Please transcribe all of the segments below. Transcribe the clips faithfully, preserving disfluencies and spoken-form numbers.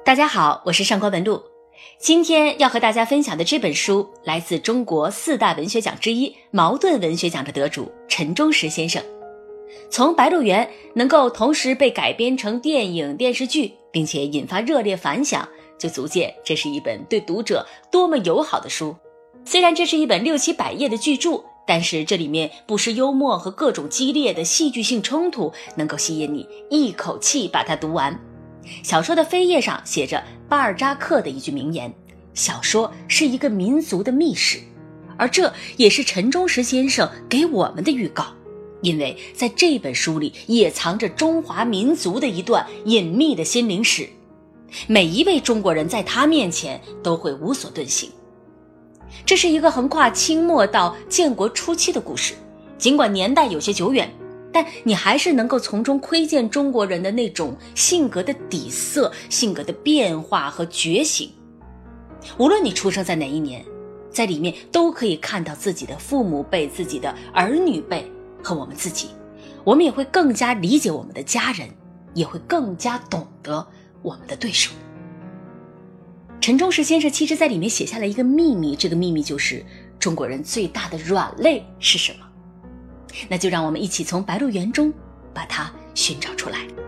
大家好，我是上官文露。今天要和大家分享的这本书来自中国四大文学奖之一茅盾文学奖的得主陈忠实先生。从《白鹿原》能够同时被改编成电影、电视剧，并且引发热烈反响，就足见这是一本对读者多么友好的书。虽然这是一本六七百页的巨著，但是这里面不失幽默和各种激烈的戏剧性冲突，能够吸引你一口气把它读完。小说的扉页上写着巴尔扎克的一句名言：小说是一个民族的密室，而这也是陈忠实先生给我们的预告，因为在这本书里也藏着中华民族的一段隐秘的心灵史，每一位中国人在他面前都会无所遁形。这是一个横跨清末到建国初期的故事，尽管年代有些久远，但你还是能够从中窥见中国人的那种性格的底色、性格的变化和觉醒。无论你出生在哪一年，在里面都可以看到自己的父母辈、自己的儿女辈和我们自己，我们也会更加理解我们的家人，也会更加懂得我们的对手。陈忠实先生其实在里面写下了一个秘密，这个秘密就是中国人最大的软肋是什么？那就让我们一起从《白鹿原》中把它寻找出来。《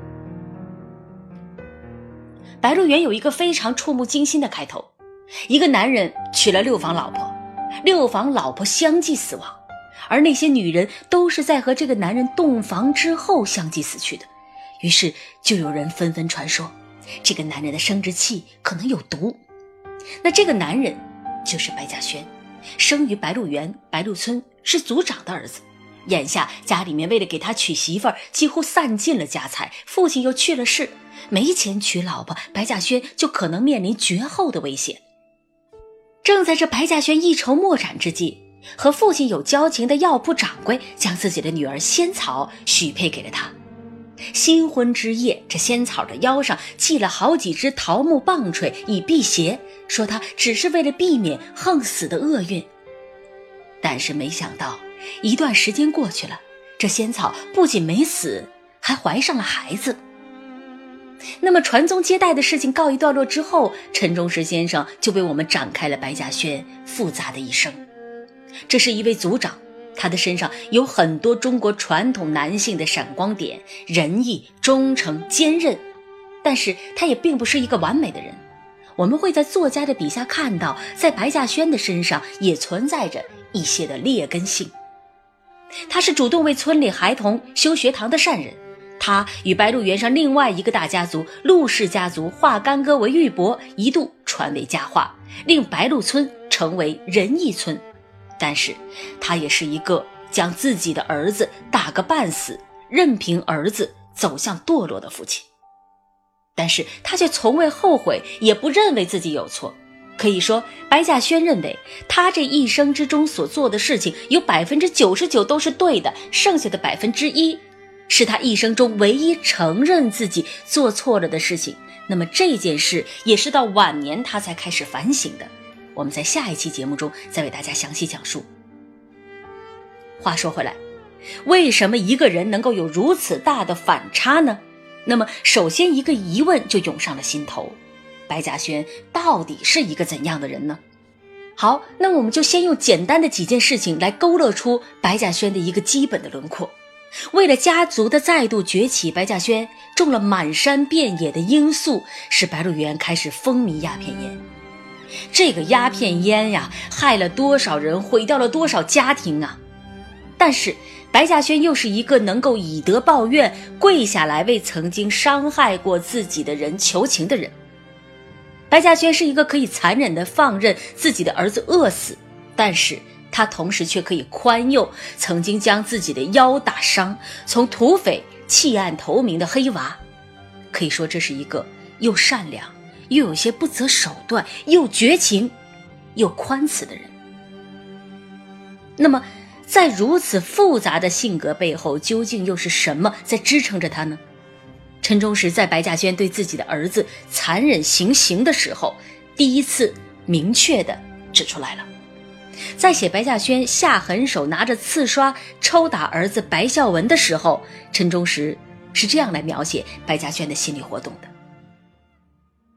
白鹿原》有一个非常触目惊心的开头，一个男人娶了六房老婆，六房老婆相继死亡，而那些女人都是在和这个男人洞房之后相继死去的。于是就有人纷纷传说，这个男人的生殖器可能有毒。那这个男人就是白嘉轩，生于白鹿原白鹿村，是族长的儿子。眼下家里面为了给他娶媳妇儿，几乎散尽了家财，父亲又去了世，没钱娶老婆，白嘉轩就可能面临绝后的危险。正在这白嘉轩一筹莫展之际，和父亲有交情的药铺掌柜将自己的女儿仙草许配给了他。新婚之夜，这仙草的腰上系了好几只桃木棒槌以辟邪，说他只是为了避免横死的厄运。但是没想到一段时间过去了，这仙草不仅没死，还怀上了孩子。那么传宗接代的事情告一段落之后，陈忠实先生就为我们展开了白嘉轩复杂的一生。这是一位族长，他的身上有很多中国传统男性的闪光点，仁义、忠诚、坚韧，但是他也并不是一个完美的人。我们会在作家的笔下看到，在白嘉轩的身上也存在着一些的劣根性。他是主动为村里孩童修学堂的善人，他与白鹿原上另外一个大家族陆氏家族化干戈为玉帛，一度传为佳话，令白鹿村成为仁义村。但是他也是一个将自己的儿子打个半死，任凭儿子走向堕落的父亲。但是他却从未后悔，也不认为自己有错。可以说，白嘉轩认为他这一生之中所做的事情有 百分之九十九 都是对的，剩下的百分之一是他一生中唯一承认自己做错了的事情。那么这件事也是到晚年他才开始反省的，我们在下一期节目中再为大家详细讲述。话说回来，为什么一个人能够有如此大的反差呢？那么首先一个疑问就涌上了心头，白嘉轩到底是一个怎样的人呢？好，那我们就先用简单的几件事情来勾勒出白嘉轩的一个基本的轮廓。为了家族的再度崛起，白嘉轩种了满山遍野的罂粟，使白鹿原开始风靡鸦片烟。这个鸦片烟呀，害了多少人，毁掉了多少家庭啊！但是白嘉轩又是一个能够以德报怨，跪下来为曾经伤害过自己的人求情的人。白嘉轩是一个可以残忍地放任自己的儿子饿死，但是他同时却可以宽宥曾经将自己的腰打伤，从土匪弃暗投明的黑娃。可以说这是一个又善良又有些不择手段，又绝情又宽慈的人。那么在如此复杂的性格背后，究竟又是什么在支撑着他呢？陈忠实在白嘉轩对自己的儿子残忍行刑的时候，第一次明确地指出来了。在写白嘉轩下狠手拿着刺刷抽打儿子白孝文的时候，陈忠实是这样来描写白嘉轩的心理活动的。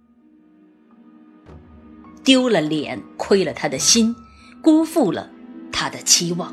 丢了脸，亏了他的心，辜负了他的期望。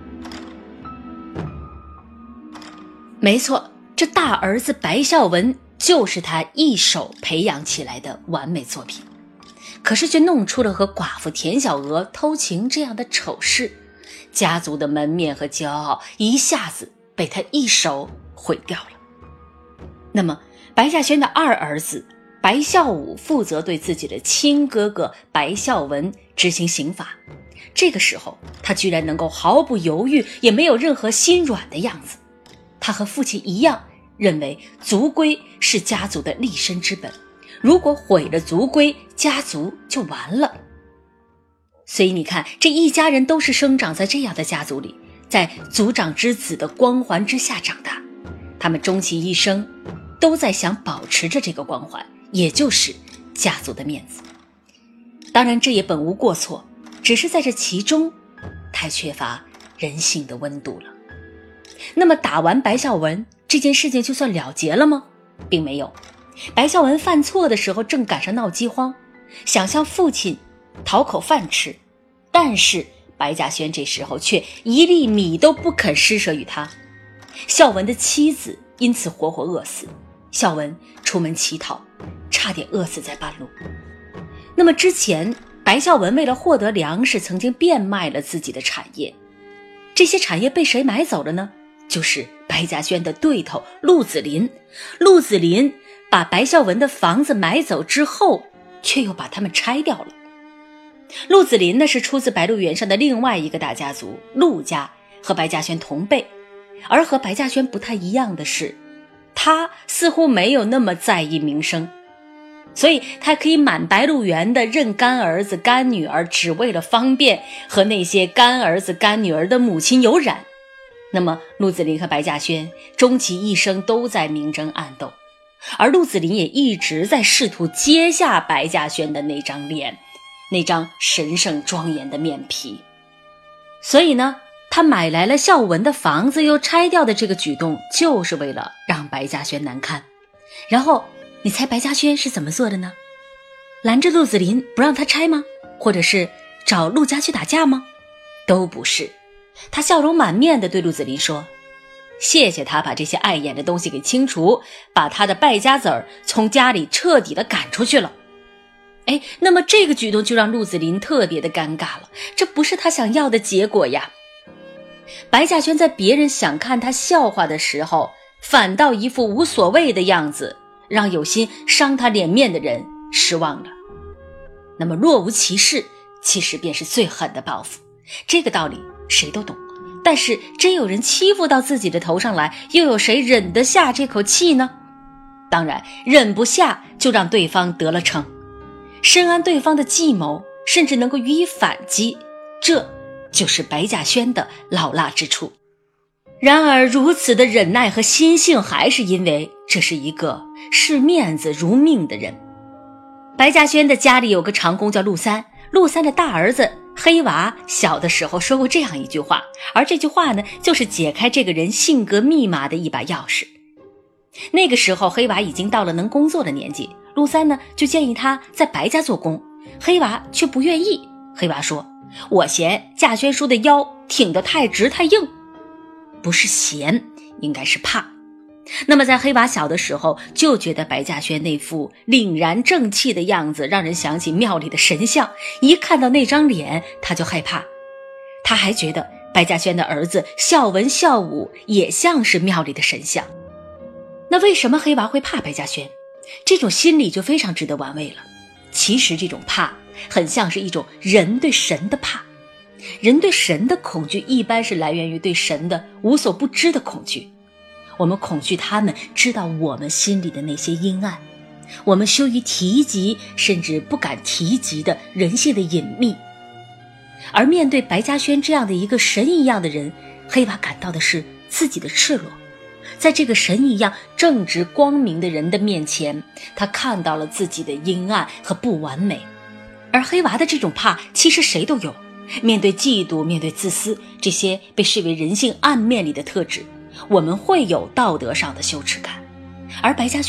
没错，这大儿子白孝文就是他一手培养起来的完美作品，可是却弄出了和寡妇田小娥偷情这样的丑事，家族的门面和骄傲一下子被他一手毁掉了。那么白嘉轩的二儿子白孝武负责对自己的亲哥哥白孝文执行刑罚，这个时候他居然能够毫不犹豫，也没有任何心软的样子。他和父亲一样，认为族规是家族的立身之本，如果毁了族规，家族就完了。所以你看，这一家人都是生长在这样的家族里，在族长之子的光环之下长大，他们终其一生都在想保持着这个光环，也就是家族的面子。当然这也本无过错，只是在这其中太缺乏人性的温度了。那么打完白孝文，这件事情就算了结了吗？并没有。白孝文犯错的时候正赶上闹饥荒，想向父亲讨口饭吃，但是白嘉轩这时候却一粒米都不肯施舍于他。孝文的妻子因此活活饿死，孝文出门乞讨，差点饿死在半路。那么之前白孝文为了获得粮食，曾经变卖了自己的产业，这些产业被谁买走了呢？就是白嘉轩的对头陆子霖。陆子霖把白孝文的房子买走之后，却又把他们拆掉了。陆子霖呢，是出自白鹿原上的另外一个大家族陆家，和白嘉轩同辈。而和白嘉轩不太一样的是，他似乎没有那么在意名声，所以他可以满白鹿原的认干儿子干女儿，只为了方便和那些干儿子干女儿的母亲有染。那么陆子霖和白嘉轩终其一生都在明争暗斗，而陆子霖也一直在试图揭下白嘉轩的那张脸，那张神圣庄严的面皮。所以呢，他买来了孝文的房子又拆掉的这个举动，就是为了让白嘉轩难堪。然后你猜白嘉轩是怎么做的呢？拦着陆子霖不让他拆吗？或者是找陆家去打架吗？都不是。他笑容满面地对陆子霖说，谢谢他把这些碍眼的东西给清除，把他的败家子儿从家里彻底的赶出去了。哎，那么这个举动就让陆子霖特别的尴尬了，这不是他想要的结果呀。白嘉轩在别人想看他笑话的时候，反倒一副无所谓的样子，让有心伤他脸面的人失望了。那么若无其事，其实便是最狠的报复。这个道理谁都懂，但是真有人欺负到自己的头上来，又有谁忍得下这口气呢？当然忍不下，就让对方得了逞，深谙对方的计谋，甚至能够予以反击，这就是白嘉轩的老辣之处。然而如此的忍耐和心性，还是因为这是一个视面子如命的人。白嘉轩的家里有个长工叫陆三，陆三的大儿子黑娃小的时候说过这样一句话，而这句话呢，就是解开这个人性格密码的一把钥匙。那个时候黑娃已经到了能工作的年纪，陆三呢就建议他在白家做工，黑娃却不愿意。黑娃说，我嫌嘉轩叔的腰挺得太直太硬。不是嫌，应该是怕。那么在黑娃小的时候，就觉得白嘉轩那副凛然正气的样子让人想起庙里的神像，一看到那张脸他就害怕。他还觉得白嘉轩的儿子孝文孝武也像是庙里的神像。那为什么黑娃会怕白嘉轩？这种心理就非常值得玩味了。其实这种怕很像是一种人对神的怕。人对神的恐惧一般是来源于对神的无所不知的恐惧，我们恐惧他们知道我们心里的那些阴暗，我们羞于提及甚至不敢提及的人性的隐秘。而面对白嘉轩这样的一个神一样的人，黑娃感到的是自己的赤裸。在这个神一样正直光明的人的面前，他看到了自己的阴暗和不完美。而黑娃的这种怕其实谁都有，面对嫉妒，面对自私，这些被视为人性暗面里的特质，我们会有道德上的羞耻感。而白嘉轩呢，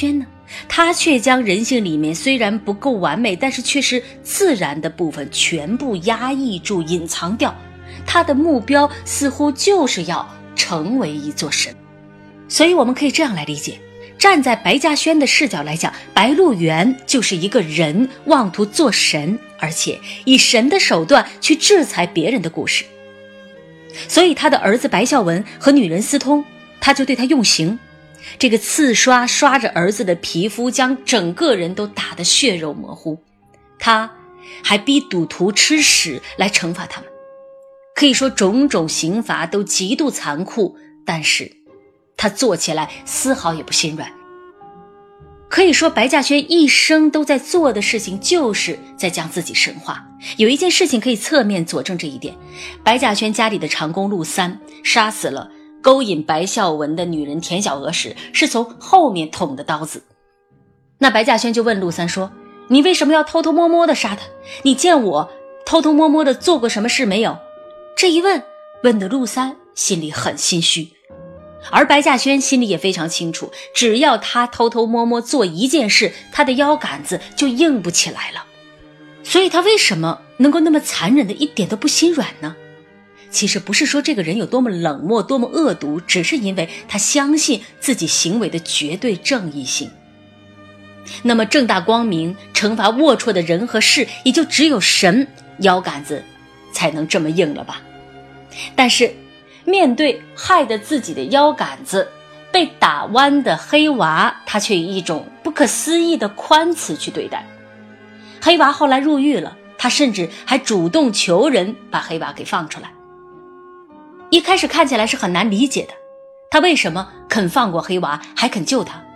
他却将人性里面虽然不够完美，但是却是自然的部分全部压抑住、隐藏掉。他的目标似乎就是要成为一座神。所以我们可以这样来理解，站在白嘉轩的视角来讲，白鹿原就是一个人妄图做神，而且以神的手段去制裁别人的故事。所以他的儿子白孝文和女人私通，他就对他用刑。这个刺刷刷着儿子的皮肤，将整个人都打得血肉模糊。他还逼赌徒吃屎来惩罚他们。可以说种种刑罚都极度残酷，但是他做起来丝毫也不心软。可以说白嘉轩一生都在做的事情就是在将自己神化。有一件事情可以侧面佐证这一点，白嘉轩家里的长工陆三杀死了勾引白孝文的女人田小娥时，是从后面捅的刀子。那白嘉轩就问陆三说，你为什么要偷偷摸摸的杀他？你见我偷偷摸摸的做过什么事没有？这一问问的陆三心里很心虚，而白嘉轩心里也非常清楚，只要他偷偷摸摸做一件事，他的腰杆子就硬不起来了。所以他为什么能够那么残忍的一点都不心软呢？其实不是说这个人有多么冷漠多么恶毒，只是因为他相信自己行为的绝对正义性。那么正大光明惩罚龌龊的人和事，也就只有神腰杆子才能这么硬了吧。但是面对害得自己的腰杆子被打弯的黑娃，他却以一种不可思议的宽慈去对待。黑娃后来入狱了，他甚至还主动求人把黑娃给放出来。一开始看起来是很难理解的，他为什么肯放过黑娃，还肯救他？